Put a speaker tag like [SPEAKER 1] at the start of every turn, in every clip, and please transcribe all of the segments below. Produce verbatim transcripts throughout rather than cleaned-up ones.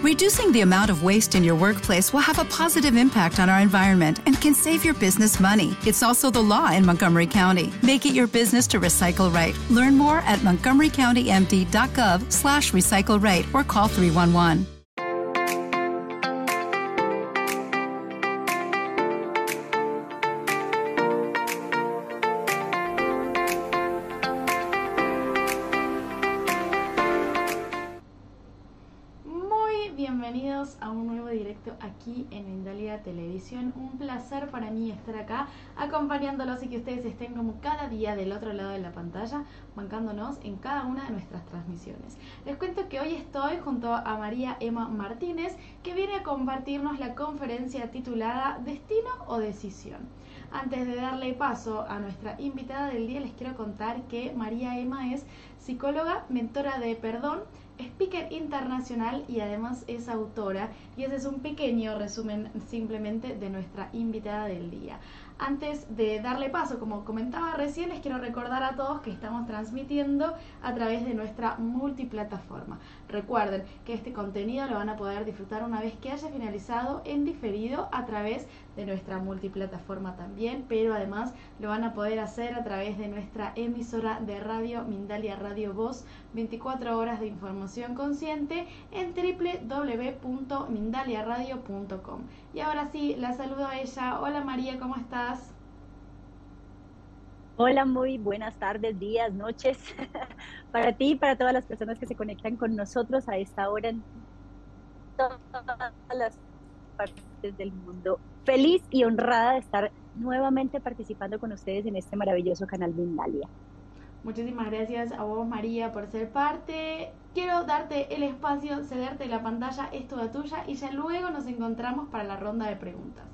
[SPEAKER 1] Reducing the amount of waste in your workplace will have a positive impact on our environment and can save your business money. It's also the law in Montgomery County. Make it your business to recycle right. Learn more at montgomery county m d dot gov slash recycle right or call three one one.
[SPEAKER 2] Bienvenidos a un nuevo directo aquí en Mindalia Televisión. Un placer para mí estar acá acompañándolos y que ustedes estén como cada día del otro lado de la pantalla, bancándonos en cada una de nuestras transmisiones. Les cuento que hoy estoy junto a María Emma Martínez, que viene a compartirnos la conferencia titulada ¿Destino o decisión? Antes de darle paso a nuestra invitada del día, les quiero contar que María Emma es psicóloga, mentora de perdón, speaker internacional y además es autora, y ese es un pequeño resumen simplemente de nuestra invitada del día. Antes de darle paso, como comentaba recién, les quiero recordar a todos que estamos transmitiendo a través de nuestra multiplataforma. Recuerden que este contenido lo van a poder disfrutar una vez que haya finalizado en diferido a través de nuestra multiplataforma también, pero además lo van a poder hacer a través de nuestra emisora de radio Mindalia Radio Voz, veinticuatro horas de información consciente en doble u doble u doble u punto mindalia radio punto com. Y ahora sí, la saludo a ella. Hola María, ¿cómo estás?
[SPEAKER 3] Hola, muy buenas tardes, días, noches, para ti y para todas las personas que se conectan con nosotros a esta hora en todas las partes del mundo. Feliz y honrada de estar nuevamente participando con ustedes en este maravilloso canal Mindalia.
[SPEAKER 2] Muchísimas gracias a vos, María, por ser parte. Quiero darte el espacio, cederte la pantalla, es toda tuya, y ya luego nos encontramos para la ronda de preguntas.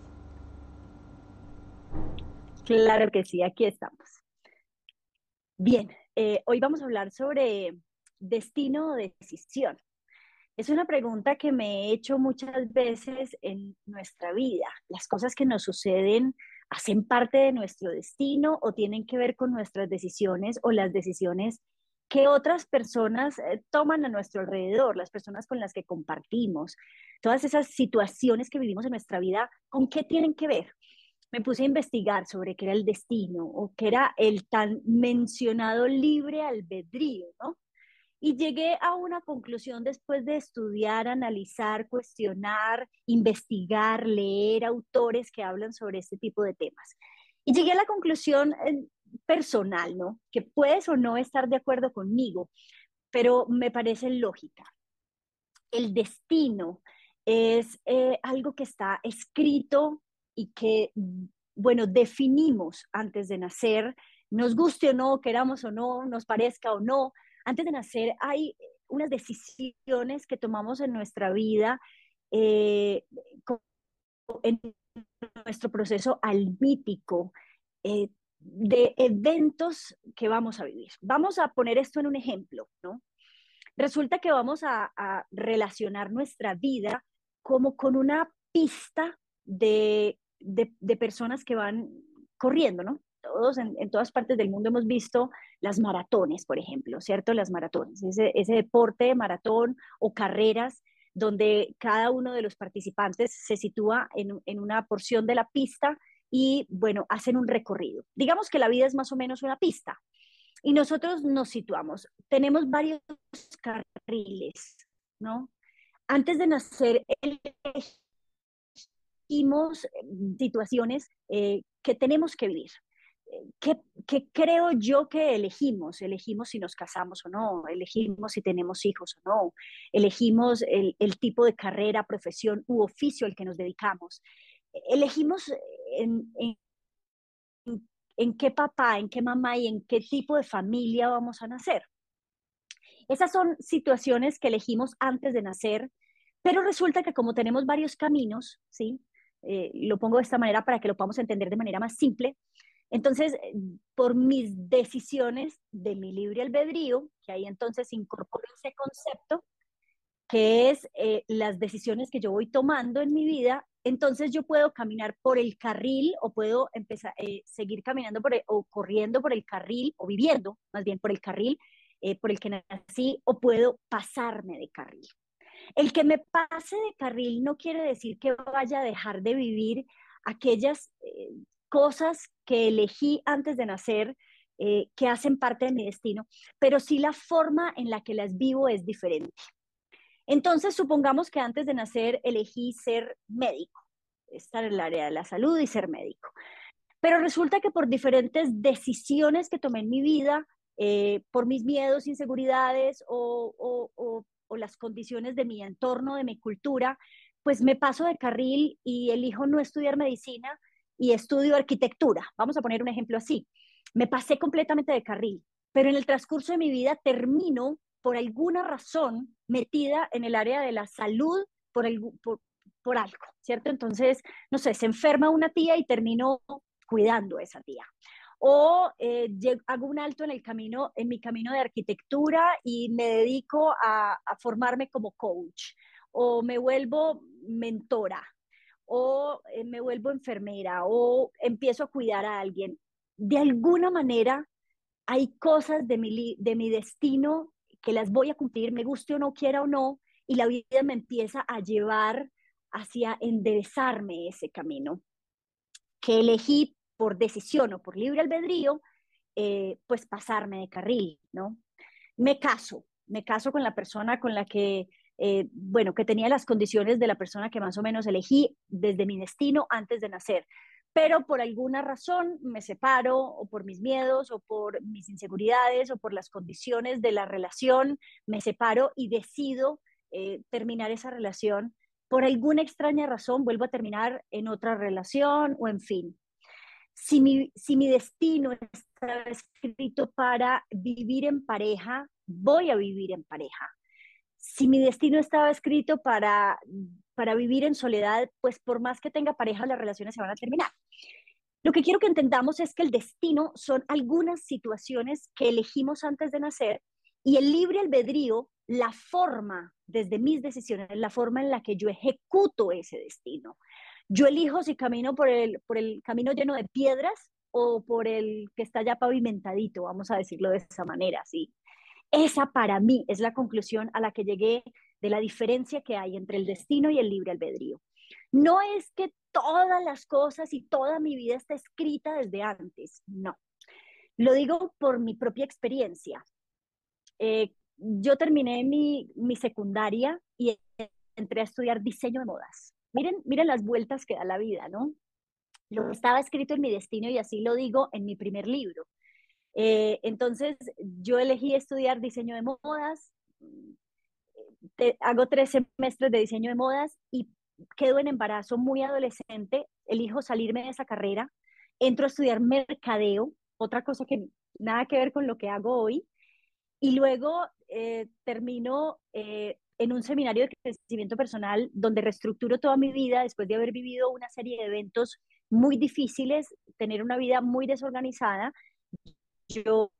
[SPEAKER 3] Claro que sí, aquí estamos. Bien, eh, hoy vamos a hablar sobre destino o decisión. Es una pregunta que me he hecho muchas veces en nuestra vida. ¿Las cosas que nos suceden hacen parte de nuestro destino o tienen que ver con nuestras decisiones o las decisiones que otras personas eh, toman a nuestro alrededor, las personas con las que compartimos? Todas esas situaciones que vivimos en nuestra vida, ¿con qué tienen que ver? Me puse a investigar sobre qué era el destino o qué era el tan mencionado libre albedrío, ¿no? Y llegué a una conclusión después de estudiar, analizar, cuestionar, investigar, leer autores que hablan sobre este tipo de temas. Y llegué a la conclusión eh, personal, ¿no? Que puedes o no estar de acuerdo conmigo, pero me parece lógica. El destino es eh, algo que está escrito y que, bueno, definimos antes de nacer, nos guste o no, queramos o no, nos parezca o no. Antes de nacer hay unas decisiones que tomamos en nuestra vida, eh, en nuestro proceso almítico, eh, de eventos que vamos a vivir. Vamos a poner esto en un ejemplo, ¿no? Resulta que vamos a, a relacionar nuestra vida como con una pista de, de, de personas que van corriendo, ¿no? Todos en, en, todas partes del mundo hemos visto las maratones, por ejemplo, ¿cierto? Las maratones, ese, ese deporte de maratón o carreras donde cada uno de los participantes se sitúa en, en una porción de la pista y, bueno, hacen un recorrido. Digamos que la vida es más o menos una pista y nosotros nos situamos. Tenemos varios carriles, ¿no? Antes de nacer, elegimos situaciones eh, que tenemos que vivir. ¿Qué, ¿Qué creo yo que elegimos? Elegimos si nos casamos o no, elegimos si tenemos hijos o no, elegimos el, el tipo de carrera, profesión u oficio al que nos dedicamos. Elegimos en, en, en qué papá, en qué mamá y en qué tipo de familia vamos a nacer. Esas son situaciones que elegimos antes de nacer, pero resulta que como tenemos varios caminos, ¿sí? Eh, lo pongo de esta manera para que lo podamos entender de manera más simple. Entonces, por mis decisiones de mi libre albedrío, que ahí entonces incorporo ese concepto, que es eh, las decisiones que yo voy tomando en mi vida, entonces yo puedo caminar por el carril o puedo empezar, eh, seguir caminando por el, o corriendo por el carril o viviendo más bien por el carril eh, por el que nací, o puedo pasarme de carril. El que me pase de carril no quiere decir que vaya a dejar de vivir aquellas eh, cosas que elegí antes de nacer, eh, que hacen parte de mi destino, pero sí la forma en la que las vivo es diferente. Entonces, supongamos que antes de nacer elegí ser médico, estar en el área de la salud y ser médico. Pero resulta que por diferentes decisiones que tomé en mi vida, eh, por mis miedos, inseguridades o, o, o, o las condiciones de mi entorno, de mi cultura, pues me paso de carril y elijo no estudiar medicina y estudio arquitectura. Vamos a poner un ejemplo así. Me pasé completamente de carril, pero en el transcurso de mi vida termino por alguna razón metida en el área de la salud por, el, por, por algo, ¿cierto? Entonces, no sé, se enferma una tía y termino cuidando a esa tía. O eh, hago un alto en el camino, en mi camino de arquitectura y me dedico a, a formarme como coach. O me vuelvo mentora. O eh, me vuelvo enfermera. O empiezo a cuidar a alguien. De alguna manera hay cosas de mi, de mi destino que las voy a cumplir, me guste o no, quiera o no, y la vida me empieza a llevar hacia enderezarme ese camino que elegí por decisión o por libre albedrío, eh, pues pasarme de carril, ¿no? Me caso, me caso con la persona con la que, eh, bueno, que tenía las condiciones de la persona que más o menos elegí desde mi destino antes de nacer. Pero por alguna razón me separo, o por mis miedos, o por mis inseguridades, o por las condiciones de la relación, me separo y decido eh, terminar esa relación. Por alguna extraña razón vuelvo a terminar en otra relación o en fin. Si mi, si mi destino está escrito para vivir en pareja, voy a vivir en pareja. Si mi destino estaba escrito para, para vivir en soledad, pues por más que tenga pareja, las relaciones se van a terminar. Lo que quiero que entendamos es que el destino son algunas situaciones que elegimos antes de nacer y el libre albedrío, la forma, desde mis decisiones, la forma en la que yo ejecuto ese destino. Yo elijo si camino por el, por el camino lleno de piedras o por el que está ya pavimentadito, vamos a decirlo de esa manera, ¿sí? Esa para mí es la conclusión a la que llegué de la diferencia que hay entre el destino y el libre albedrío. No es que todas las cosas y toda mi vida está escrita desde antes, no. Lo digo por mi propia experiencia. Eh, yo terminé mi, mi secundaria y entré a estudiar diseño de modas. Miren, miren las vueltas que da la vida, ¿no? Lo que estaba escrito en mi destino y así lo digo en mi primer libro. Eh, entonces, yo elegí estudiar diseño de modas, te, hago tres semestres de diseño de modas y quedo en embarazo muy adolescente, elijo salirme de esa carrera, entro a estudiar mercadeo, otra cosa que nada que ver con lo que hago hoy, y luego eh, termino eh, en un seminario de crecimiento personal donde reestructuro toda mi vida después de haber vivido una serie de eventos muy difíciles, tener una vida muy desorganizada. Yo,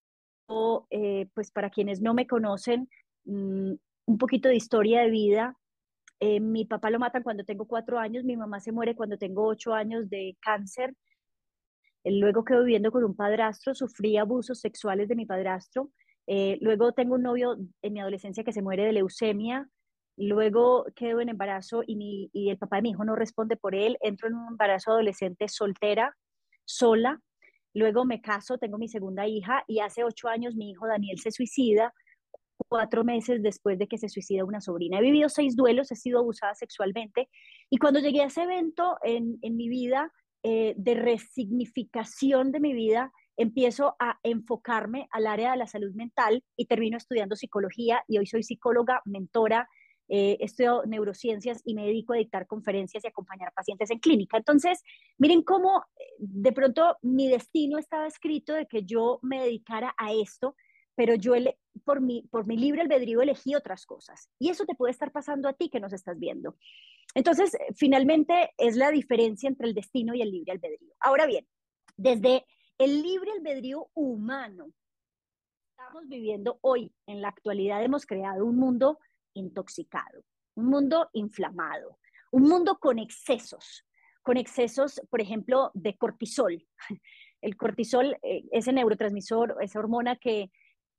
[SPEAKER 3] eh, pues para quienes no me conocen, mmm, un poquito de historia de vida. Eh, mi papá lo matan cuando tengo cuatro años, mi mamá se muere cuando tengo ocho años de cáncer. Luego quedo viviendo con un padrastro, sufrí abusos sexuales de mi padrastro. Eh, luego tengo un novio en mi adolescencia que se muere de leucemia. Luego quedo en embarazo y, mi, y el papá de mi hijo no responde por él. Entro en un embarazo adolescente soltera, sola. Luego me caso, tengo mi segunda hija y hace ocho años mi hijo Daniel se suicida, cuatro meses después de que se suicida una sobrina. He vivido seis duelos, he sido abusada sexualmente y cuando llegué a ese evento en, en mi vida, eh, de resignificación de mi vida, empiezo a enfocarme al área de la salud mental y termino estudiando psicología y hoy soy psicóloga, mentora, eh, estudio neurociencias y me dedico a dictar conferencias y acompañar pacientes en clínica. Entonces, miren cómo eh, de pronto mi destino estaba escrito de que yo me dedicara a esto, pero yo ele por, mi, por mi libre albedrío elegí otras cosas. Y eso te puede estar pasando a ti que nos estás viendo. Entonces, finalmente es la diferencia entre el destino y el libre albedrío. Ahora bien, desde el libre albedrío humano, estamos viviendo hoy, en la actualidad hemos creado un mundo intoxicado, un mundo inflamado, un mundo con excesos, con excesos, por ejemplo, de cortisol. El cortisol, eh, ese neurotransmisor, esa hormona que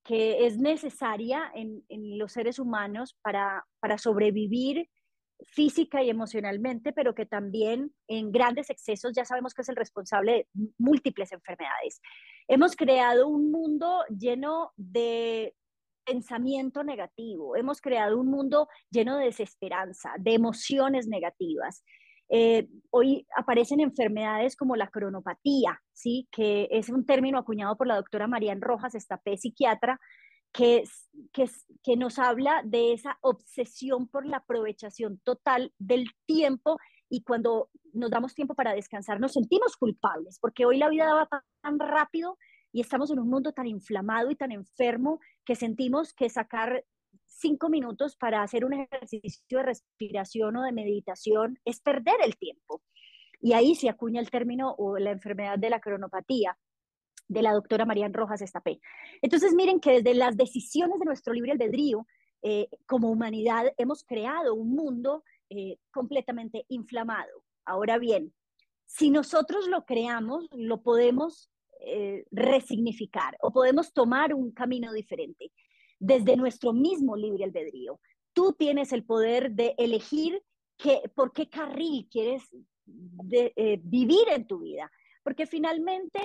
[SPEAKER 3] que es necesaria en, en los seres humanos para, para sobrevivir física y emocionalmente, pero que también en grandes excesos ya sabemos que es el responsable de múltiples enfermedades. Hemos creado un mundo lleno de pensamiento negativo, hemos creado un mundo lleno de desesperanza, de emociones negativas. Eh, hoy aparecen enfermedades como la cronopatía, ¿sí? Que es un término acuñado por la doctora Marian Rojas Estapé, psiquiatra, que, que, que nos habla de esa obsesión por la aprovechación total del tiempo, y cuando nos damos tiempo para descansar nos sentimos culpables, porque hoy la vida va tan rápido y estamos en un mundo tan inflamado y tan enfermo que sentimos que sacar cinco minutos para hacer un ejercicio de respiración o de meditación es perder el tiempo. Y ahí se acuña el término o la enfermedad de la cronopatía, de la doctora Marian Rojas Estapé. Entonces miren que desde las decisiones de nuestro libre albedrío, eh, como humanidad hemos creado un mundo eh, completamente inflamado. Ahora bien, si nosotros lo creamos, lo podemos eh, resignificar o podemos tomar un camino diferente desde nuestro mismo libre albedrío. Tú tienes el poder de elegir qué, por qué carril quieres de, eh, vivir en tu vida, porque finalmente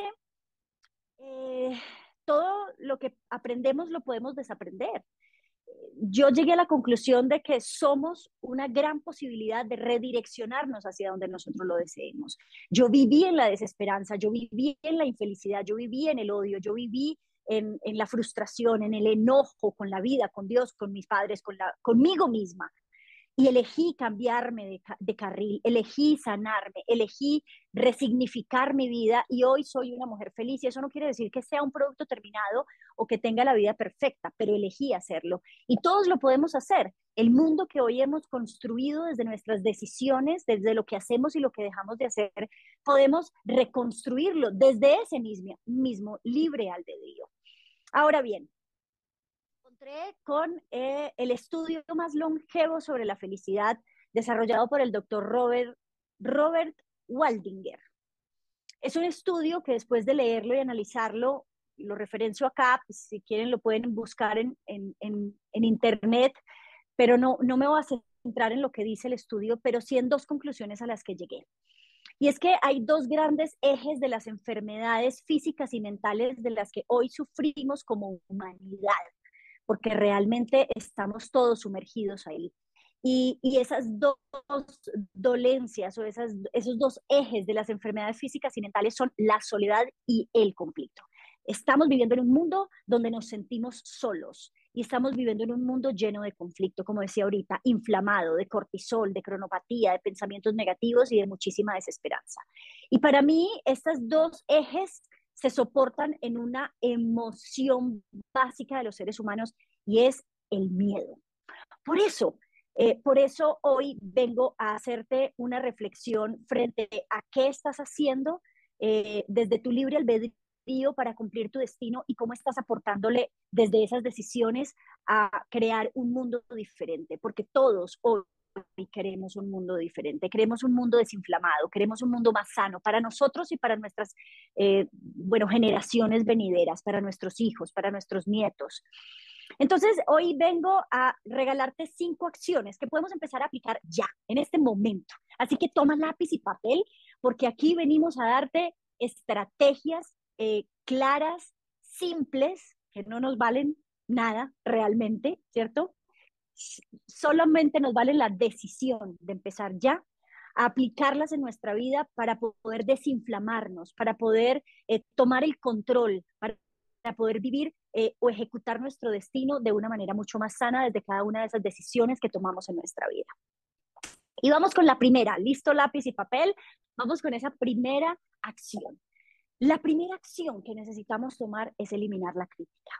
[SPEAKER 3] eh, todo lo que aprendemos lo podemos desaprender. Yo llegué a la conclusión de que somos una gran posibilidad de redireccionarnos hacia donde nosotros lo deseemos. Yo viví en la desesperanza, yo viví en la infelicidad, yo viví en el odio, yo viví en, en la frustración, en el enojo con la vida, con Dios, con mis padres, con la, conmigo misma. Y elegí cambiarme de, de carril, elegí sanarme, elegí resignificar mi vida, y hoy soy una mujer feliz. Y eso no quiere decir que sea un producto terminado o que tenga la vida perfecta, pero elegí hacerlo. Y todos lo podemos hacer. El mundo que hoy hemos construido desde nuestras decisiones, desde lo que hacemos y lo que dejamos de hacer, podemos reconstruirlo desde ese mismo, mismo libre albedrío. Ahora bien, encontré con eh, el estudio más longevo sobre la felicidad desarrollado por el doctor Robert, Robert Waldinger. Es un estudio que después de leerlo y analizarlo, lo referencio acá, pues, si quieren lo pueden buscar en, en, en, en internet, pero no, no me voy a centrar en lo que dice el estudio, pero sí en dos conclusiones a las que llegué. Y es que hay dos grandes ejes de las enfermedades físicas y mentales de las que hoy sufrimos como humanidad, porque realmente estamos todos sumergidos ahí. Y, y esas dos dolencias o esas, esos dos ejes de las enfermedades físicas y mentales son la soledad y el conflicto. Estamos viviendo en un mundo donde nos sentimos solos y estamos viviendo en un mundo lleno de conflicto, como decía ahorita, inflamado, de cortisol, de cronopatía, de pensamientos negativos y de muchísima desesperanza. Y para mí, estos dos ejes se soportan en una emoción básica de los seres humanos, y es el miedo. Por eso, eh, por eso hoy vengo a hacerte una reflexión frente a qué estás haciendo eh, desde tu libre albedrío para cumplir tu destino, y cómo estás aportándole desde esas decisiones a crear un mundo diferente, porque todos hoy queremos un mundo diferente, queremos un mundo desinflamado, queremos un mundo más sano para nosotros y para nuestras eh, bueno, generaciones venideras, para nuestros hijos, para nuestros nietos. Entonces, hoy vengo a regalarte cinco acciones que podemos empezar a aplicar ya, en este momento. Así que toma lápiz y papel, porque aquí venimos a darte estrategias eh, claras, simples, que no nos valen nada realmente, ¿cierto? Solamente nos vale la decisión de empezar ya a aplicarlas en nuestra vida para poder desinflamarnos, para poder eh, tomar el control, para, para poder vivir eh, o ejecutar nuestro destino de una manera mucho más sana desde cada una de esas decisiones que tomamos en nuestra vida. Y vamos con la primera, listo lápiz y papel, vamos con esa primera acción. La primera acción que necesitamos tomar es eliminar la crítica.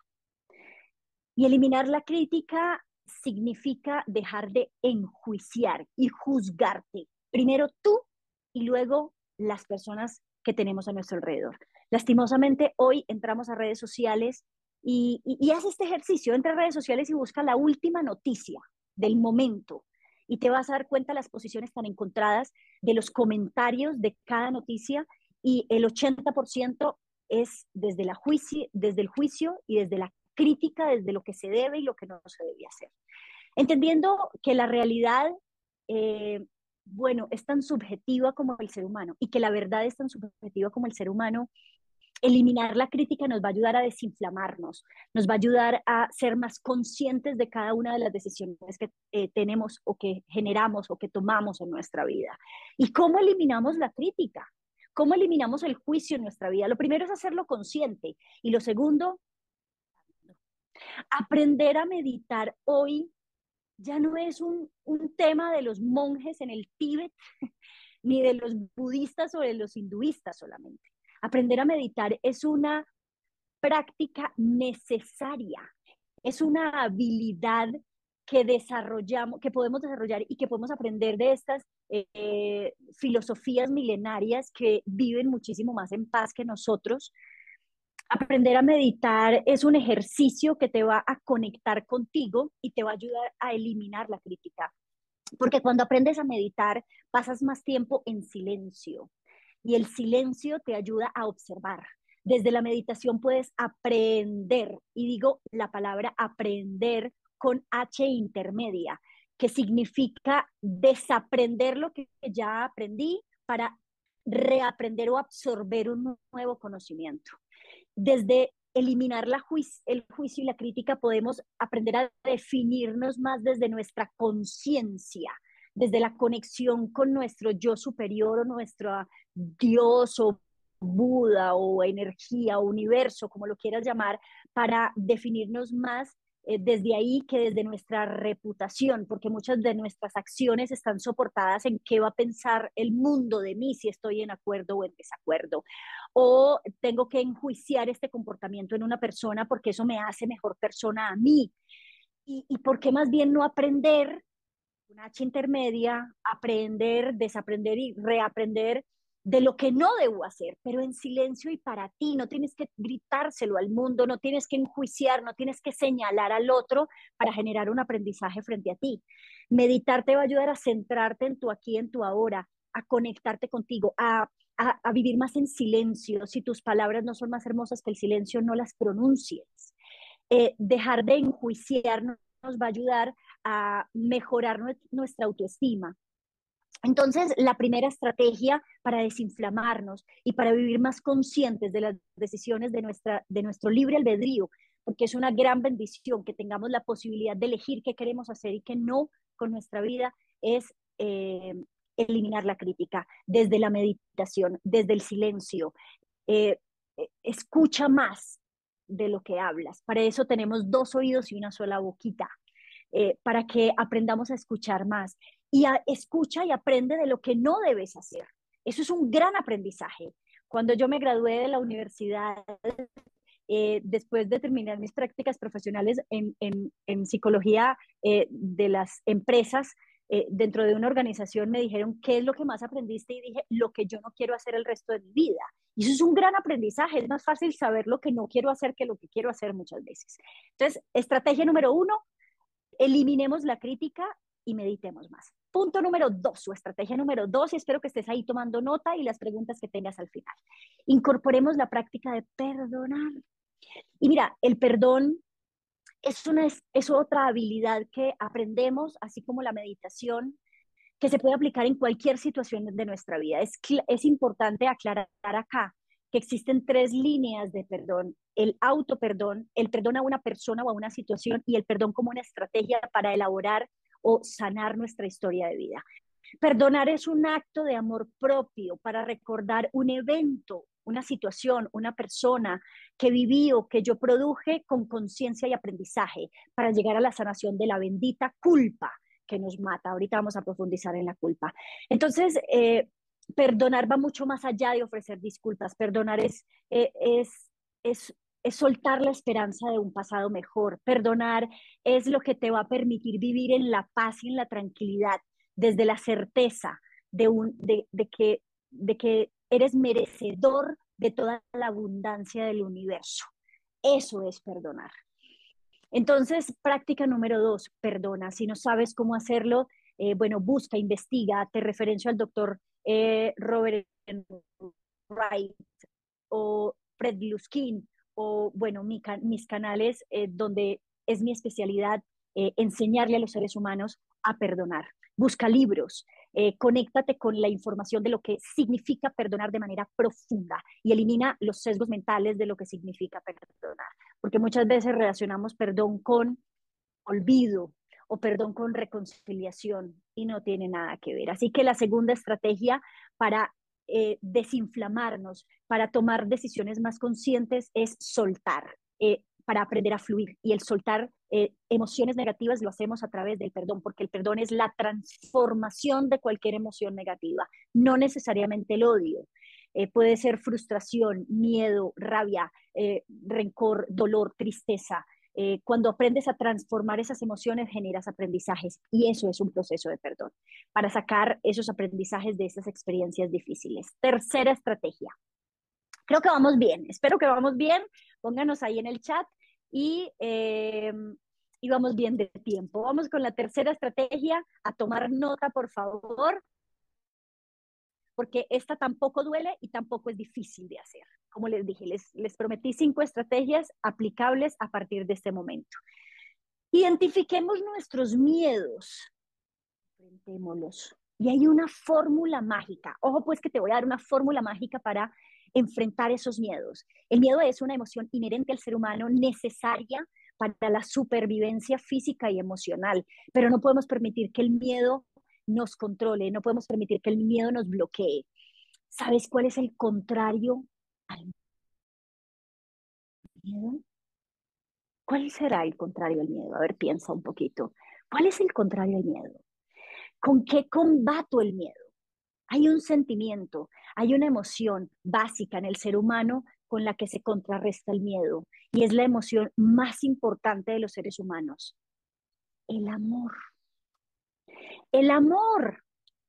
[SPEAKER 3] Y eliminar la crítica significa dejar de enjuiciar y juzgarte. Primero tú y luego las personas que tenemos a nuestro alrededor. Lastimosamente, hoy entramos a redes sociales y, y, y haz este ejercicio. Entra a redes sociales y busca la última noticia del momento, y te vas a dar cuenta de las posiciones tan encontradas de los comentarios de cada noticia, y el ochenta por ciento es desde, la juicio, desde el juicio y desde la crítica desde lo que se debe y lo que no se debe hacer. Entendiendo que la realidad, eh, bueno, es tan subjetiva como el ser humano y que la verdad es tan subjetiva como el ser humano, eliminar la crítica nos va a ayudar a desinflamarnos, nos va a ayudar a ser más conscientes de cada una de las decisiones que eh, tenemos o que generamos o que tomamos en nuestra vida. ¿Y cómo eliminamos la crítica? ¿Cómo eliminamos el juicio en nuestra vida? Lo primero es hacerlo consciente y lo segundo, aprender a meditar hoy ya no es un, un tema de los monjes en el Tíbet ni de los budistas o de los hinduistas solamente. Aprender a meditar es una práctica necesaria, es una habilidad que desarrollamos, que podemos desarrollar y que podemos aprender de estas eh, filosofías milenarias que viven muchísimo más en paz que nosotros. Aprender a meditar es un ejercicio que te va a conectar contigo y te va a ayudar a eliminar la crítica. Porque cuando aprendes a meditar, pasas más tiempo en silencio y el silencio te ayuda a observar. Desde la meditación puedes aprender, y digo la palabra aprender con H intermedia, que significa desaprender lo que ya aprendí para reaprender o absorber un nuevo conocimiento. Desde eliminar la juicio, el juicio y la crítica podemos aprender a definirnos más desde nuestra conciencia, desde la conexión con nuestro yo superior o nuestro Dios o Buda o energía o universo, como lo quieras llamar, para definirnos más eh, desde ahí que desde nuestra reputación, porque muchas de nuestras acciones están soportadas en qué va a pensar el mundo de mí si estoy en acuerdo o en desacuerdo. O tengo que enjuiciar este comportamiento en una persona porque eso me hace mejor persona a mí. ¿Y, y por qué más bien no aprender, una H intermedia, aprender, desaprender y reaprender de lo que no debo hacer, pero en silencio y para ti? No tienes que gritárselo al mundo, no tienes que enjuiciar, no tienes que señalar al otro para generar un aprendizaje frente a ti. Meditar te va a ayudar a centrarte en tu aquí, en tu ahora, a conectarte contigo, a A, a, vivir más en silencio. Si tus palabras no son más hermosas que el silencio, no las pronuncies. Eh, dejar de enjuiciarnos nos va a ayudar a mejorar nuestra autoestima. Entonces, la primera estrategia para desinflamarnos y para vivir más conscientes de las decisiones de, nuestra, de nuestro libre albedrío, porque es una gran bendición que tengamos la posibilidad de elegir qué queremos hacer y qué no con nuestra vida, es eh, eliminar la crítica desde la meditación, desde el silencio. Eh, escucha más de lo que hablas. Para eso tenemos dos oídos y una sola boquita, eh, para que aprendamos a escuchar más. Y a, escucha y aprende de lo que no debes hacer. Eso es un gran aprendizaje. Cuando yo me gradué de la universidad, eh, después de terminar mis prácticas profesionales en, en, en psicología eh, de las empresas, Eh, dentro de una organización me dijeron, ¿qué es lo que más aprendiste? Y dije, lo que yo no quiero hacer el resto de mi vida. Y eso es un gran aprendizaje. Es más fácil saber lo que no quiero hacer que lo que quiero hacer muchas veces. Entonces, estrategia número uno, eliminemos la crítica y meditemos más. Punto número dos, o estrategia número dos, y espero que estés ahí tomando nota y las preguntas que tengas al final. Incorporemos la práctica de perdonar. Y mira, el perdón es, una, es otra habilidad que aprendemos, así como la meditación, que se puede aplicar en cualquier situación de nuestra vida. Es, es importante aclarar acá que existen tres líneas de perdón: el autoperdón, el perdón a una persona o a una situación, y el perdón como una estrategia para elaborar o sanar nuestra historia de vida. Perdonar es un acto de amor propio para recordar un evento, una situación, una persona que viví o que yo produje con conciencia y aprendizaje para llegar a la sanación de la bendita culpa que nos mata. Ahorita vamos a profundizar en la culpa. Entonces, eh, perdonar va mucho más allá de ofrecer disculpas. Perdonar es, eh, es, es, es soltar la esperanza de un pasado mejor. Perdonar es lo que te va a permitir vivir en la paz y en la tranquilidad, desde la certeza de, un, de, de, que, de que eres merecedor de toda la abundancia del universo. Eso es perdonar. Entonces, práctica número dos, perdona. Si no sabes cómo hacerlo, eh, bueno, busca, investiga. Te referencio al doctor eh, Robert Wright o Fred Luskin o bueno, mi, mis canales eh, donde es mi especialidad eh, enseñarle a los seres humanos a perdonar. Busca libros, eh, conéctate con la información de lo que significa perdonar de manera profunda y elimina los sesgos mentales de lo que significa perdonar, porque muchas veces relacionamos perdón con olvido o perdón con reconciliación y no tiene nada que ver. Así que la segunda estrategia para eh, desinflamarnos, para tomar decisiones más conscientes es soltar, eh, para aprender a fluir. Y el soltar eh, emociones negativas lo hacemos a través del perdón, porque el perdón es la transformación de cualquier emoción negativa, no necesariamente el odio. Eh, puede ser frustración, miedo, rabia, eh, rencor, dolor, tristeza. Eh, cuando aprendes a transformar esas emociones, generas aprendizajes y eso es un proceso de perdón, para sacar esos aprendizajes de esas experiencias difíciles. Tercera estrategia. Creo que vamos bien, espero que vamos bien. Pónganos ahí en el chat y, eh, y vamos bien de tiempo. Vamos con la tercera estrategia, a tomar nota, por favor, porque esta tampoco duele y tampoco es difícil de hacer. Como les dije, les, les prometí cinco estrategias aplicables a partir de este momento. Identifiquemos nuestros miedos, enfrentémoslos. Y hay una fórmula mágica. Ojo, pues que te voy a dar una fórmula mágica para enfrentar esos miedos. El miedo es una emoción inherente al ser humano, necesaria para la supervivencia física y emocional, pero no podemos permitir que el miedo nos controle, no podemos permitir que el miedo nos bloquee. ¿Sabes cuál es el contrario al miedo? ¿Cuál será el contrario al miedo? A ver, piensa un poquito. ¿Cuál es el contrario al miedo? ¿Con qué combato el miedo? Hay un sentimiento, hay una emoción básica en el ser humano con la que se contrarresta el miedo y es la emoción más importante de los seres humanos, el amor. El amor.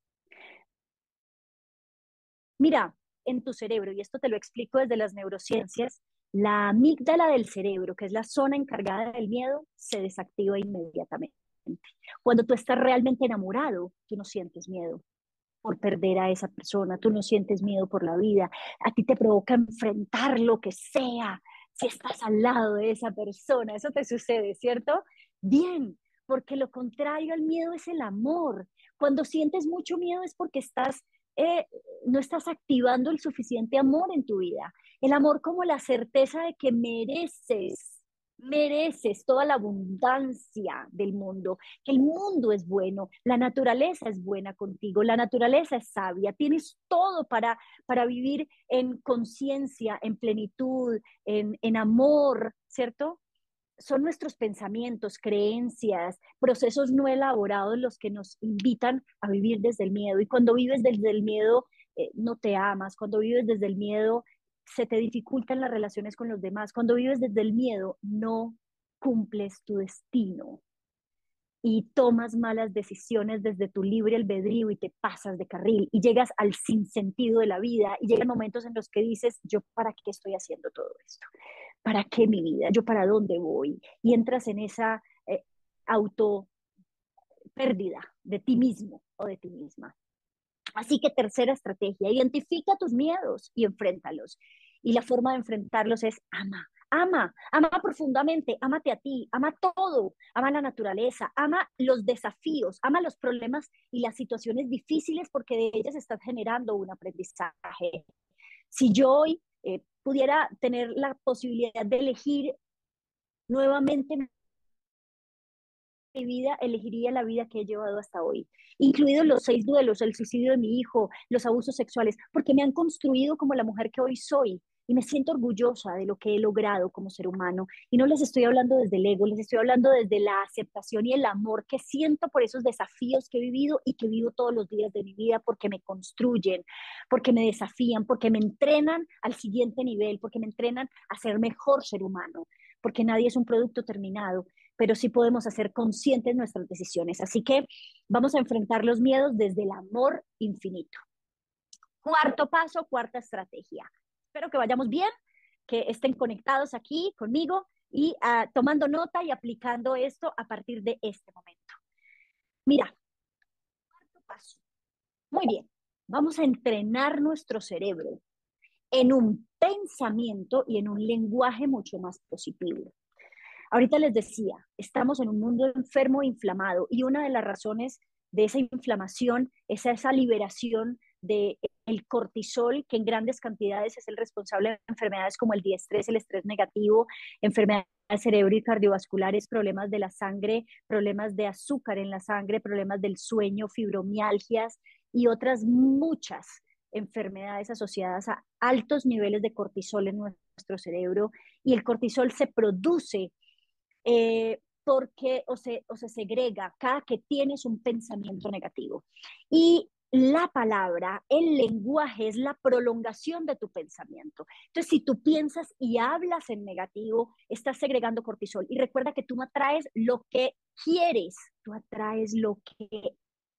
[SPEAKER 3] Mira, en tu cerebro, y esto te lo explico desde las neurociencias, la amígdala del cerebro, que es la zona encargada del miedo, se desactiva inmediatamente. Cuando tú estás realmente enamorado, tú no sientes miedo por perder a esa persona, tú no sientes miedo por la vida, a ti te provoca enfrentar lo que sea, si estás al lado de esa persona, eso te sucede, ¿cierto? Bien, porque lo contrario al miedo es el amor. Cuando sientes mucho miedo es porque estás, eh, no estás activando el suficiente amor en tu vida. El amor como la certeza de que mereces mereces toda la abundancia del mundo, que el mundo es bueno, la naturaleza es buena contigo, la naturaleza es sabia, tienes todo para, para vivir en conciencia, en plenitud, en, en amor, ¿cierto? Son nuestros pensamientos, creencias, procesos no elaborados los que nos invitan a vivir desde el miedo. Y cuando vives desde el miedo, eh, no te amas. Cuando vives desde el miedo, se te dificultan las relaciones con los demás. Cuando vives desde el miedo, no cumples tu destino y tomas malas decisiones desde tu libre albedrío y te pasas de carril y llegas al sinsentido de la vida y llegan momentos en los que dices, ¿yo para qué estoy haciendo todo esto? ¿Para qué mi vida? ¿Yo para dónde voy? Y entras en esa eh, auto pérdida de ti mismo o de ti misma. Así que tercera estrategia, identifica tus miedos y enfréntalos. Y la forma de enfrentarlos es ama, ama, ama profundamente, ámate a ti, ama todo, ama la naturaleza, ama los desafíos, ama los problemas y las situaciones difíciles porque de ellas estás generando un aprendizaje. Si yo hoy eh, pudiera tener la posibilidad de elegir nuevamente mi vida, elegiría la vida que he llevado hasta hoy, incluidos los seis duelos, el suicidio de mi hijo, los abusos sexuales, porque me han construido como la mujer que hoy soy y me siento orgullosa de lo que he logrado como ser humano. Y no les estoy hablando desde el ego, les estoy hablando desde la aceptación y el amor que siento por esos desafíos que he vivido y que vivo todos los días de mi vida porque me construyen, porque me desafían, porque me entrenan al siguiente nivel, porque me entrenan a ser mejor ser humano, porque nadie es un producto terminado, pero sí podemos hacer conscientes nuestras decisiones. Así que vamos a enfrentar los miedos desde el amor infinito. Cuarto paso, cuarta estrategia. Espero que vayamos bien, que estén conectados aquí conmigo y uh, tomando nota y aplicando esto a partir de este momento. Mira, cuarto paso. Muy bien, vamos a entrenar nuestro cerebro en un pensamiento y en un lenguaje mucho más positivo. Ahorita les decía, estamos en un mundo enfermo e inflamado y una de las razones de esa inflamación es esa liberación del cortisol, que en grandes cantidades es el responsable de enfermedades como el diestrés, el estrés negativo, enfermedades cerebro y cardiovasculares, problemas de la sangre, problemas de azúcar en la sangre, problemas del sueño, fibromialgias y otras muchas enfermedades asociadas a altos niveles de cortisol en nuestro cerebro. Y el cortisol se produce eh, porque o se, o se segrega cada que tienes un pensamiento negativo. Y la palabra, el lenguaje es la prolongación de tu pensamiento. Entonces, si tú piensas y hablas en negativo, estás segregando cortisol. Y recuerda que tú no atraes lo que quieres, tú atraes lo que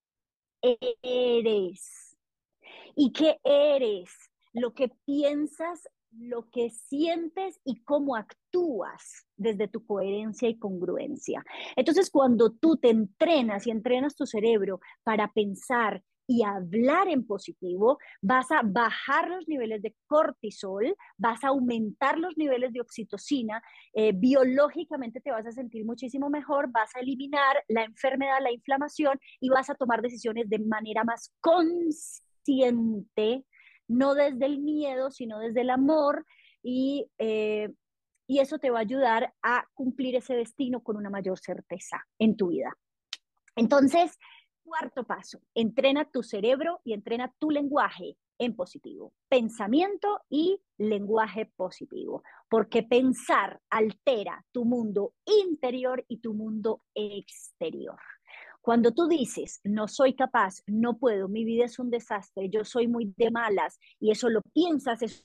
[SPEAKER 3] eres. ¿Y qué eres? Lo que piensas, lo que sientes y cómo actúas desde tu coherencia y congruencia. Entonces, cuando tú te entrenas y entrenas tu cerebro para pensar y hablar en positivo, vas a bajar los niveles de cortisol, vas a aumentar los niveles de oxitocina, eh, biológicamente te vas a sentir muchísimo mejor, vas a eliminar la enfermedad, la inflamación y vas a tomar decisiones de manera más consciente, no desde el miedo, sino desde el amor y, eh, y eso te va a ayudar a cumplir ese destino con una mayor certeza en tu vida. Entonces, cuarto paso, entrena tu cerebro y entrena tu lenguaje en positivo. Pensamiento y lenguaje positivo, porque pensar altera tu mundo interior y tu mundo exterior. Cuando tú dices, no soy capaz, no puedo, mi vida es un desastre, yo soy muy de malas, y eso lo piensas, eso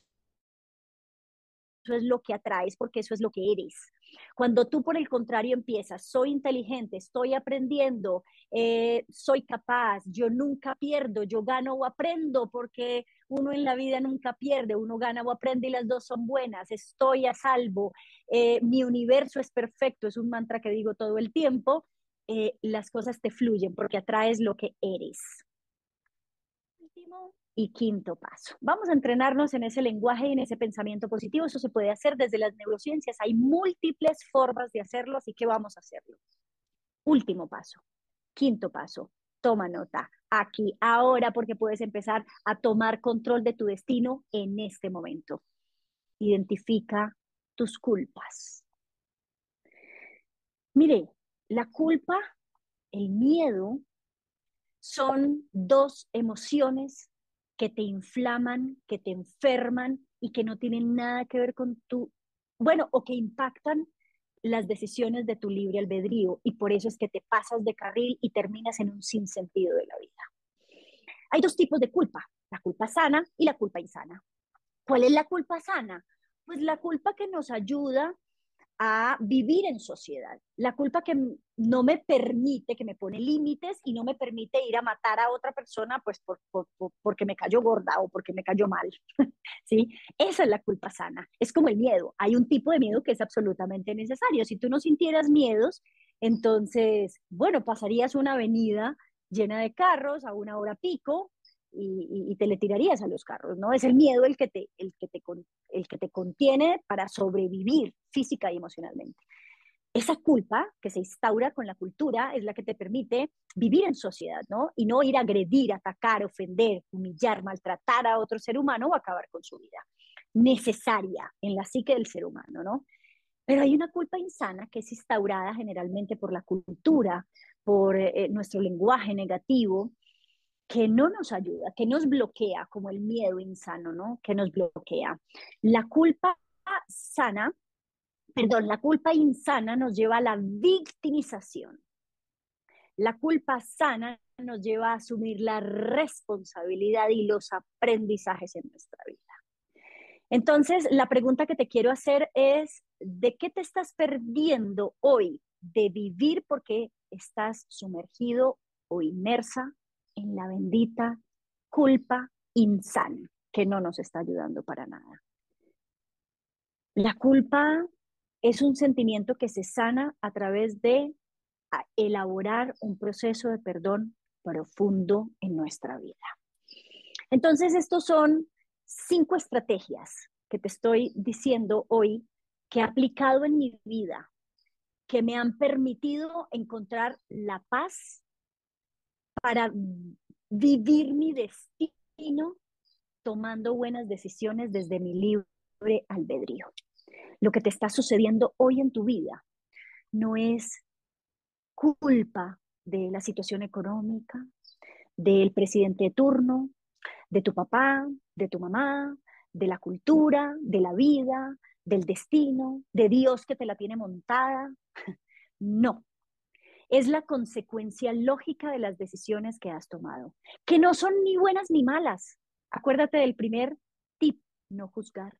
[SPEAKER 3] es lo que atraes porque eso es lo que eres. Cuando tú, por el contrario, empiezas, soy inteligente, estoy aprendiendo, eh, soy capaz, yo nunca pierdo, yo gano o aprendo, porque uno en la vida nunca pierde, uno gana o aprende y las dos son buenas, estoy a salvo, eh, mi universo es perfecto, es un mantra que digo todo el tiempo, eh, las cosas te fluyen porque atraes lo que eres. Último y quinto paso. Vamos a entrenarnos en ese lenguaje y en ese pensamiento positivo. Eso se puede hacer desde las neurociencias. Hay múltiples formas de hacerlo, así que vamos a hacerlo. Último paso. Quinto paso. Toma nota aquí, ahora, porque puedes empezar a tomar control de tu destino en este momento. Identifica tus culpas. Mire, la culpa, el miedo, son dos emociones que te inflaman, que te enferman y que no tienen nada que ver con tu, bueno, o que impactan las decisiones de tu libre albedrío y por eso es que te pasas de carril y terminas en un sinsentido de la vida. Hay dos tipos de culpa, la culpa sana y la culpa insana. ¿Cuál es la culpa sana? Pues la culpa que nos ayuda a vivir en sociedad. La culpa que no me permite, que me pone límites y no me permite ir a matar a otra persona pues por, por, por, porque me cayó gorda o porque me cayó mal. ¿Sí? Esa es la culpa sana. Es como el miedo. Hay un tipo de miedo que es absolutamente necesario. Si tú no sintieras miedos, entonces, bueno, pasarías una avenida llena de carros a una hora pico y, y, y te le tirarías a los carros, ¿no? Es el miedo el que te, el que te, el que te contiene para sobrevivir física y emocionalmente. Esa culpa que se instaura con la cultura es la que te permite vivir en sociedad, ¿no? Y no ir a agredir, atacar, ofender, humillar, maltratar a otro ser humano o acabar con su vida. Necesaria en la psique del ser humano, ¿no? Pero hay una culpa insana que es instaurada generalmente por la cultura, por eh, nuestro lenguaje negativo, que no nos ayuda, que nos bloquea, como el miedo insano, ¿no? Que nos bloquea. La culpa sana, perdón, la culpa insana nos lleva a la victimización. La culpa sana nos lleva a asumir la responsabilidad y los aprendizajes en nuestra vida. Entonces, la pregunta que te quiero hacer es, ¿de qué te estás perdiendo hoy de vivir porque estás sumergido o inmersa en la bendita culpa insana que no nos está ayudando para nada? La culpa es un sentimiento que se sana a través de elaborar un proceso de perdón profundo en nuestra vida. Entonces, estos son cinco estrategias que te estoy diciendo hoy que he aplicado en mi vida, que me han permitido encontrar la paz para vivir mi destino tomando buenas decisiones desde mi libre albedrío. Lo que te está sucediendo hoy en tu vida no es culpa de la situación económica, del presidente de turno, de tu papá, de tu mamá, de la cultura, de la vida, del destino, de Dios que te la tiene montada. No, es la consecuencia lógica de las decisiones que has tomado, que no son ni buenas ni malas. Acuérdate del primer tip, no juzgar.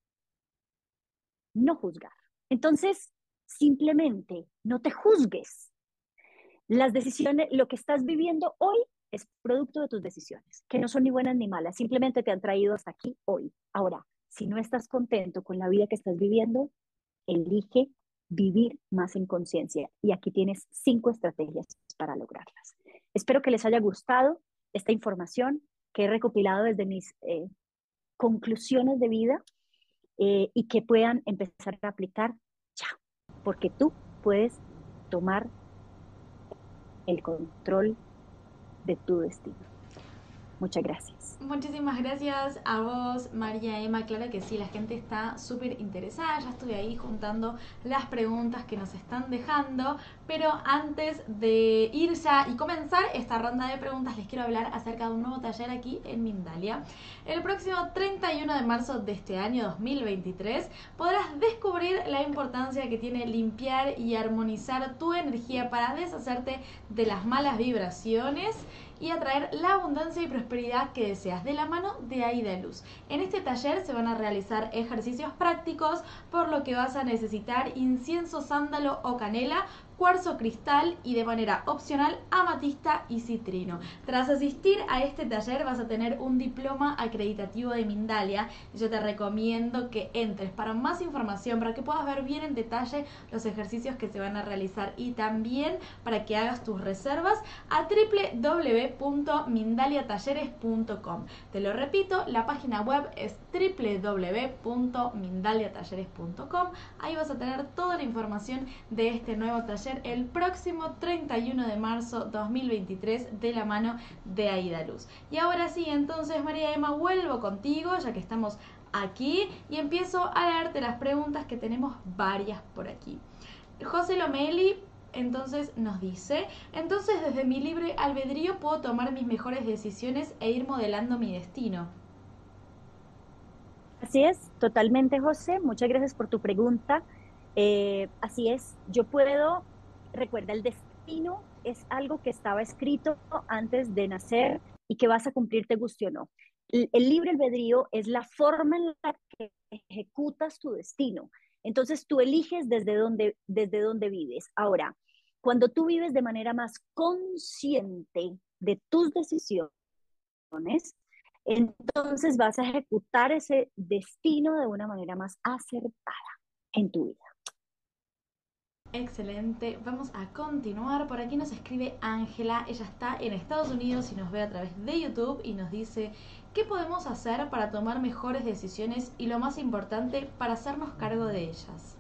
[SPEAKER 3] No juzgar. Entonces, simplemente no te juzgues. Las decisiones, lo que estás viviendo hoy es producto de tus decisiones, que no son ni buenas ni malas, simplemente te han traído hasta aquí hoy. Ahora, si no estás contento con la vida que estás viviendo, elige vivir más en conciencia. Y aquí tienes cinco estrategias para lograrlas. Espero que les haya gustado esta información que he recopilado desde mis eh, conclusiones de vida eh, y que puedan empezar a aplicar ya, porque tú puedes tomar el control de tu destino. Muchas gracias.
[SPEAKER 2] Muchísimas gracias a vos, María Emma. Claro que sí, la gente está súper interesada. Ya estuve ahí juntando las preguntas que nos están dejando. Pero antes de ir ya y comenzar esta ronda de preguntas, les quiero hablar acerca de un nuevo taller aquí en Mindalia. El próximo treinta y uno de marzo de este año dos mil veintitrés podrás descubrir la importancia que tiene limpiar y armonizar tu energía para deshacerte de las malas vibraciones y atraer la abundancia y prosperidad que deseas, de la mano de Aida Luz. En este taller se van a realizar ejercicios prácticos, por lo que vas a necesitar incienso, sándalo o canela, cuarzo cristal y de manera opcional amatista y citrino. Tras asistir a este taller vas a tener un diploma acreditativo de Mindalia y yo te recomiendo que entres para más información, para que puedas ver bien en detalle los ejercicios que se van a realizar y también para que hagas tus reservas a doble u doble u doble u punto mindalia talleres punto com. Te lo repito, la página web es doble u doble u doble u punto mindalia talleres punto com. Ahí vas a tener toda la información de este nuevo taller el próximo treinta y uno de marzo dos mil veintitrés de la mano de Aida Luz. Y ahora sí, entonces, María Emma, vuelvo contigo ya que estamos aquí y empiezo a leerte las preguntas, que tenemos varias por aquí. José Lomeli entonces nos dice: entonces desde mi libre albedrío puedo tomar mis mejores decisiones e ir modelando mi destino.
[SPEAKER 3] Así es, totalmente, José. Muchas gracias por tu pregunta. Eh, así es, yo puedo, recuerda, el destino es algo que estaba escrito antes de nacer y que vas a cumplir, te guste o no. El, el libre albedrío es la forma en la que ejecutas tu destino. Entonces tú eliges desde dónde, desde dónde vives. Ahora, cuando tú vives de manera más consciente de tus decisiones, entonces vas a ejecutar ese destino de una manera más acertada en tu vida.
[SPEAKER 2] Excelente, vamos a continuar. Por aquí nos escribe Ángela, ella está en Estados Unidos y nos ve a través de YouTube y nos dice: ¿qué podemos hacer para tomar mejores decisiones y, lo más importante, para hacernos cargo de ellas?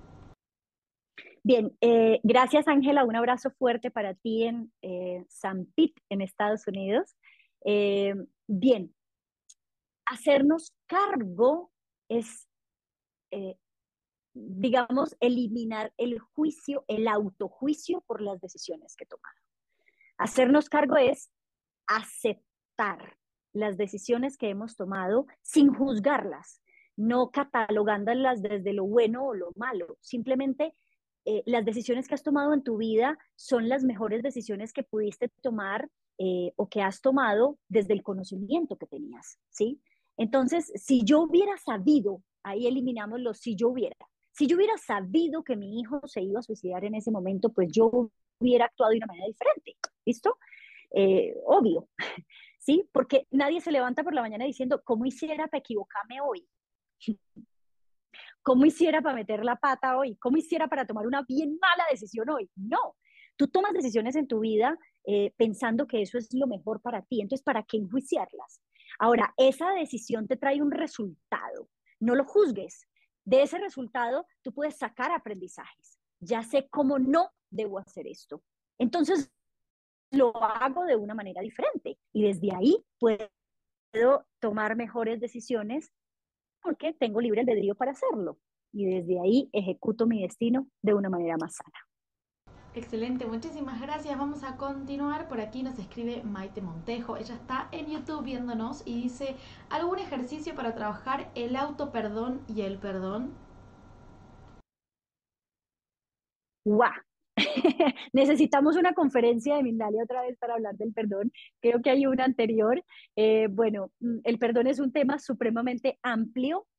[SPEAKER 3] Bien, eh, gracias, Ángela, un abrazo fuerte para ti en eh, San Pete, en Estados Unidos. Eh, bien, hacernos cargo es, eh, digamos, eliminar el juicio, el autojuicio por las decisiones que tomamos. Hacernos cargo es aceptar las decisiones que hemos tomado sin juzgarlas, no catalogándolas desde lo bueno o lo malo, simplemente eh, las decisiones que has tomado en tu vida son las mejores decisiones que pudiste tomar eh, o que has tomado desde el conocimiento que tenías, ¿sí? Entonces, si yo hubiera sabido, ahí eliminamos los si yo hubiera, si yo hubiera sabido que mi hijo se iba a suicidar en ese momento, pues yo hubiera actuado de una manera diferente, ¿listo? Eh, obvio, ¿sí? Porque nadie se levanta por la mañana diciendo, ¿cómo hiciera para equivocarme hoy? ¿Cómo hiciera para meter la pata hoy? ¿Cómo hiciera para tomar una bien mala decisión hoy? No, tú tomas decisiones en tu vida eh, pensando que eso es lo mejor para ti, entonces ¿para qué enjuiciarlas? Ahora, esa decisión te trae un resultado, no lo juzgues. De ese resultado, tú puedes sacar aprendizajes. Ya sé cómo no debo hacer esto. Entonces, lo hago de una manera diferente y desde ahí puedo tomar mejores decisiones porque tengo libre albedrío para hacerlo. Y desde ahí ejecuto mi destino de una manera más sana.
[SPEAKER 2] Excelente, muchísimas gracias. Vamos a continuar. Por aquí nos escribe Maite Montejo. Ella está en YouTube viéndonos y dice, ¿algún ejercicio para trabajar el autoperdón y el perdón?
[SPEAKER 3] ¡Guau! Necesitamos una conferencia de Mindalia otra vez para hablar del perdón. Creo que hay una anterior. Eh, bueno, mm, el perdón es un tema supremamente amplio,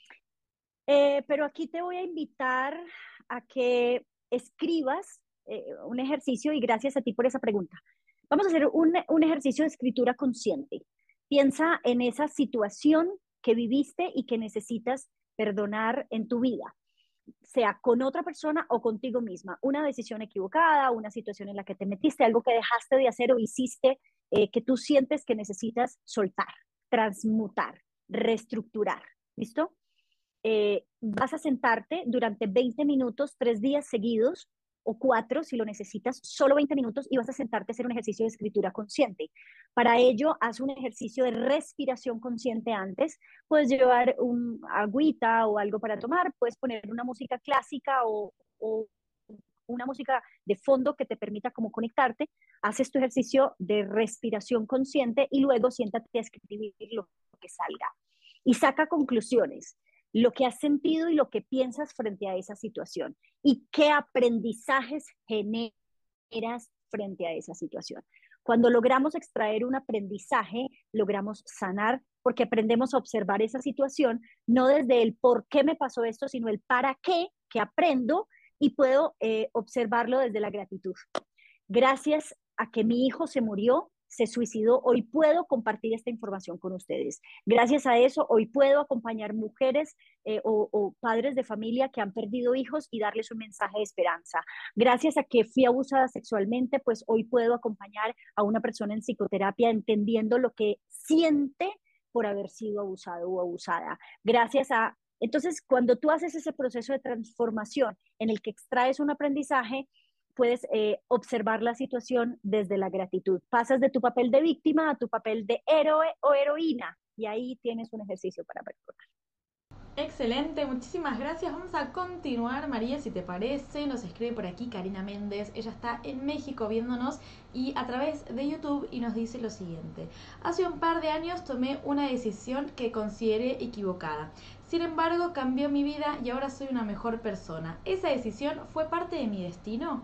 [SPEAKER 3] eh, pero aquí te voy a invitar a que escribas eh, un ejercicio y gracias a ti por esa pregunta. Vamos a hacer un, un ejercicio de escritura consciente. Piensa en esa situación que viviste y que necesitas perdonar en tu vida, sea con otra persona o contigo misma, una decisión equivocada, una situación en la que te metiste, algo que dejaste de hacer o hiciste eh, que tú sientes que necesitas soltar, transmutar, reestructurar. ¿Listo? Eh, vas a sentarte durante veinte minutos, tres días seguidos o cuatro si lo necesitas, solo veinte minutos y vas a sentarte a hacer un ejercicio de escritura consciente. Para ello, haz un ejercicio de respiración consciente antes. Puedes llevar un agüita o algo para tomar, puedes poner una música clásica o, o una música de fondo que te permita como conectarte. Haces tu ejercicio de respiración consciente y luego siéntate a escribir lo que salga. Y saca conclusiones, lo que has sentido y lo que piensas frente a esa situación y qué aprendizajes generas frente a esa situación. Cuando logramos extraer un aprendizaje, logramos sanar porque aprendemos a observar esa situación, no desde el por qué me pasó esto, sino el para qué, que aprendo y puedo eh, observarlo desde la gratitud. Gracias a que mi hijo se murió, se suicidó, hoy puedo compartir esta información con ustedes. Gracias a eso, hoy puedo acompañar mujeres eh, o, o padres de familia que han perdido hijos y darles un mensaje de esperanza. Gracias a que fui abusada sexualmente, pues hoy puedo acompañar a una persona en psicoterapia entendiendo lo que siente por haber sido abusado o abusada. Gracias a... Entonces, cuando tú haces ese proceso de transformación en el que extraes un aprendizaje, puedes eh, observar la situación desde la gratitud. Pasas de tu papel de víctima a tu papel de héroe o heroína y ahí tienes un ejercicio para perdonar.
[SPEAKER 2] Excelente, muchísimas gracias. Vamos a continuar, María, si te parece. Nos escribe por aquí Karina Méndez. Ella está en México viéndonos y a través de YouTube y nos dice lo siguiente. Hace un par de años tomé una decisión que consideré equivocada. Sin embargo, cambió mi vida y ahora soy una mejor persona. ¿Esa decisión fue parte de mi destino?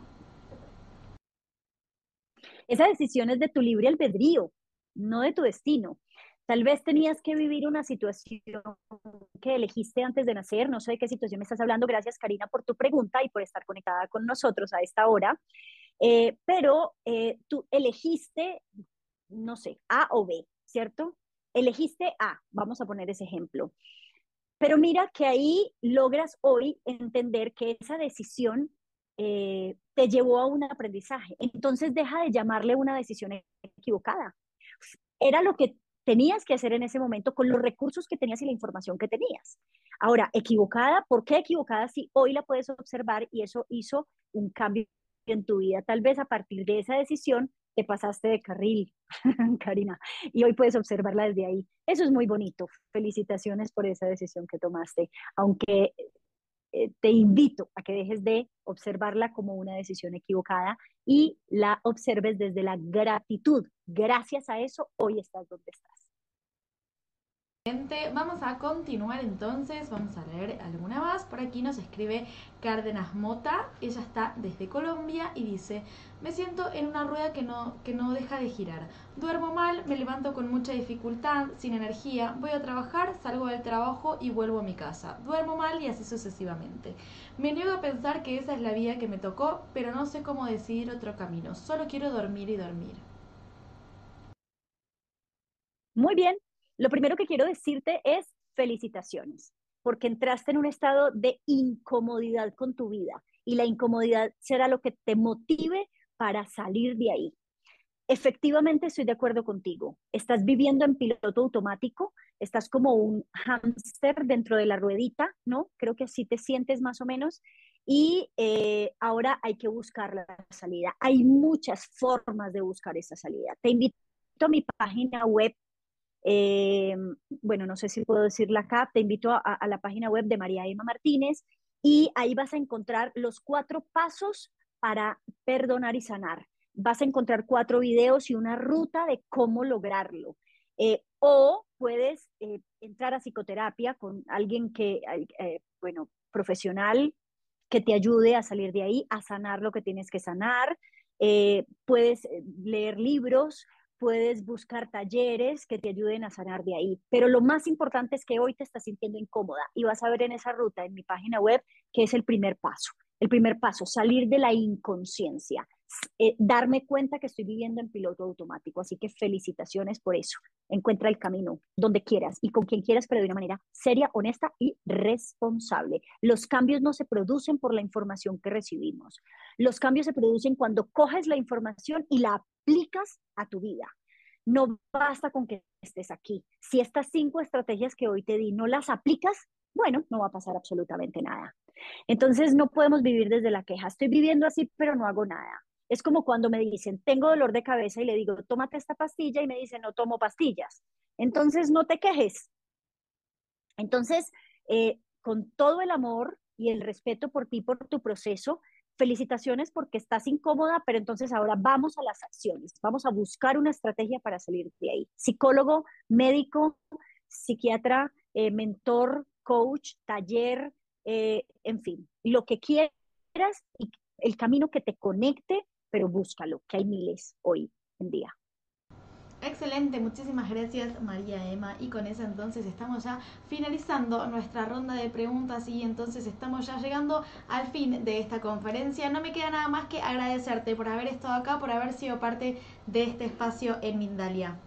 [SPEAKER 3] Esa decisión es de tu libre albedrío, no de tu destino. Tal vez tenías que vivir una situación que elegiste antes de nacer, no sé de qué situación me estás hablando. Gracias, Karina, por tu pregunta y por estar conectada con nosotros a esta hora. Eh, pero eh, tú elegiste, no sé, A o B, ¿cierto? Elegiste A, vamos a poner ese ejemplo. Pero mira que ahí logras hoy entender que esa decisión eh, te llevó a un aprendizaje. Entonces deja de llamarle una decisión equivocada. Era lo que tenías que hacer en ese momento con los recursos que tenías y la información que tenías. Ahora, equivocada, ¿por qué equivocada si hoy la puedes observar y eso hizo un cambio en tu vida? Tal vez a partir de esa decisión te pasaste de carril, Karina, y hoy puedes observarla desde ahí. Eso es muy bonito. Felicitaciones por esa decisión que tomaste, aunque eh, te invito a que dejes de observarla como una decisión equivocada y la observes desde la gratitud. Gracias a eso, hoy estás donde estás.
[SPEAKER 2] Vamos a continuar entonces, vamos a leer alguna más. Por aquí nos escribe Cárdenas Mota, ella está desde Colombia y dice: me siento en una rueda que no, que no deja de girar. Duermo mal, me levanto con mucha dificultad, sin energía, voy a trabajar, salgo del trabajo y vuelvo a mi casa. Duermo mal y así sucesivamente. Me niego a pensar que esa es la vida que me tocó, pero no sé cómo decidir otro camino. Solo quiero dormir y dormir.
[SPEAKER 3] Muy bien. Lo primero que quiero decirte es felicitaciones, porque entraste en un estado de incomodidad con tu vida y la incomodidad será lo que te motive para salir de ahí. efectivamente estoy de acuerdo contigo. Estás viviendo en piloto automático, estás como un hámster dentro de la ruedita, ¿no? Creo que así te sientes más o menos. Y eh, ahora hay que buscar la salida. Hay muchas formas de buscar esa salida. Te invito a mi página web. Eh, bueno, no sé si puedo decirla acá. Te invito a, a la página web de María Emma Martínez y ahí vas a encontrar los cuatro pasos para perdonar y sanar. Vas a encontrar cuatro videos y una ruta de cómo lograrlo. Eh, o puedes eh, entrar a psicoterapia con alguien que, eh, bueno, profesional, que te ayude a salir de ahí, a sanar lo que tienes que sanar. Eh, puedes leer libros, puedes buscar talleres que te ayuden a sanar de ahí. Pero lo más importante es que hoy te estás sintiendo incómoda y vas a ver en esa ruta, en mi página web, que es el primer paso. El primer paso, salir de la inconsciencia, eh, darme cuenta que estoy viviendo en piloto automático. Así que felicitaciones por eso. Encuentra el camino donde quieras y con quien quieras, pero de una manera seria, honesta y responsable. Los cambios no se producen por la información que recibimos. Los cambios se producen cuando coges la información y la aplicas a tu vida. No basta con que estés aquí. Si estas cinco estrategias que hoy te di no las aplicas, bueno, no va a pasar absolutamente nada. Entonces no podemos vivir desde la queja. Estoy viviendo así, pero no hago nada. Es como cuando me dicen, tengo dolor de cabeza y le digo, tómate esta pastilla y me dicen, no tomo pastillas. Entonces no te quejes. Entonces, eh, con todo el amor y el respeto por ti, por tu proceso, felicitaciones porque estás incómoda, pero entonces ahora vamos a las acciones, vamos a buscar una estrategia para salir de ahí. Psicólogo, médico, psiquiatra, eh, mentor, coach, taller, eh, en fin, lo que quieras y el camino que te conecte, pero búscalo, que hay miles hoy en día.
[SPEAKER 2] Excelente, muchísimas gracias María Emma, y con eso entonces estamos ya finalizando nuestra ronda de preguntas y entonces estamos ya llegando al fin de esta conferencia. No me queda nada más que agradecerte por haber estado acá, por haber sido parte de este espacio en Mindalia.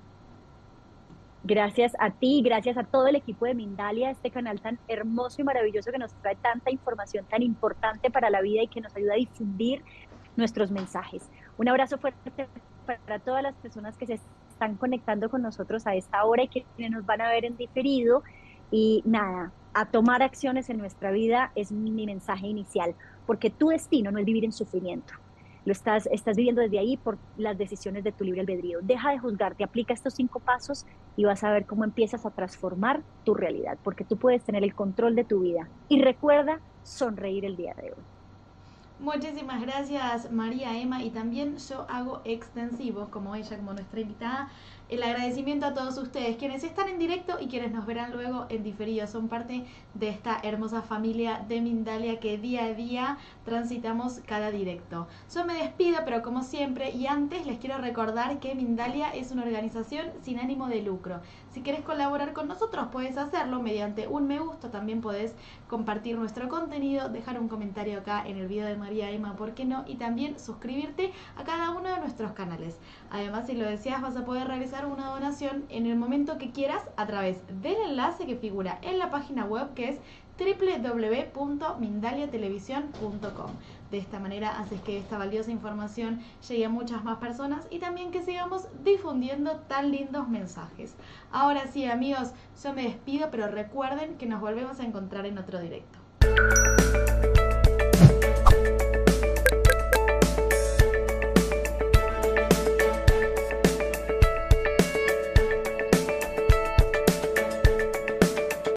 [SPEAKER 3] Gracias a ti, gracias a todo el equipo de Mindalia, este canal tan hermoso y maravilloso que nos trae tanta información tan importante para la vida y que nos ayuda a difundir nuestros mensajes. Un abrazo fuerte para todas las personas que se están conectando con nosotros a esta hora y que nos van a ver en diferido. Y nada, a tomar acciones en nuestra vida es mi mensaje inicial, porque tu destino no es vivir en sufrimiento. Lo estás, estás viviendo desde ahí por las decisiones de tu libre albedrío. Deja de juzgarte, aplica estos cinco pasos y vas a ver cómo empiezas a transformar tu realidad, porque tú puedes tener el control de tu vida. Y recuerda sonreír el día de hoy.
[SPEAKER 2] Muchísimas gracias María Emma, y también yo hago extensivos, como ella, como nuestra invitada, el agradecimiento a todos ustedes, quienes están en directo y quienes nos verán luego en diferido. Son parte de esta hermosa familia de Mindalia que día a día transitamos cada directo. Yo me despido, pero como siempre, y antes les quiero recordar que Mindalia es una organización sin ánimo de lucro. Si quieres colaborar con nosotros, puedes hacerlo mediante un me gusta. También podés compartir nuestro contenido, dejar un comentario acá en el video de María Emma, ¿por qué no? Y también suscribirte a cada uno de nuestros canales. Además, si lo deseas, vas a poder realizar una donación en el momento que quieras a través del enlace que figura en la página web, que es doble u doble u doble u punto mindalia televisión punto com. De esta manera haces que esta valiosa información llegue a muchas más personas y también que sigamos difundiendo tan lindos mensajes. Ahora sí, amigos, yo me despido, pero recuerden que nos volvemos a encontrar en otro directo.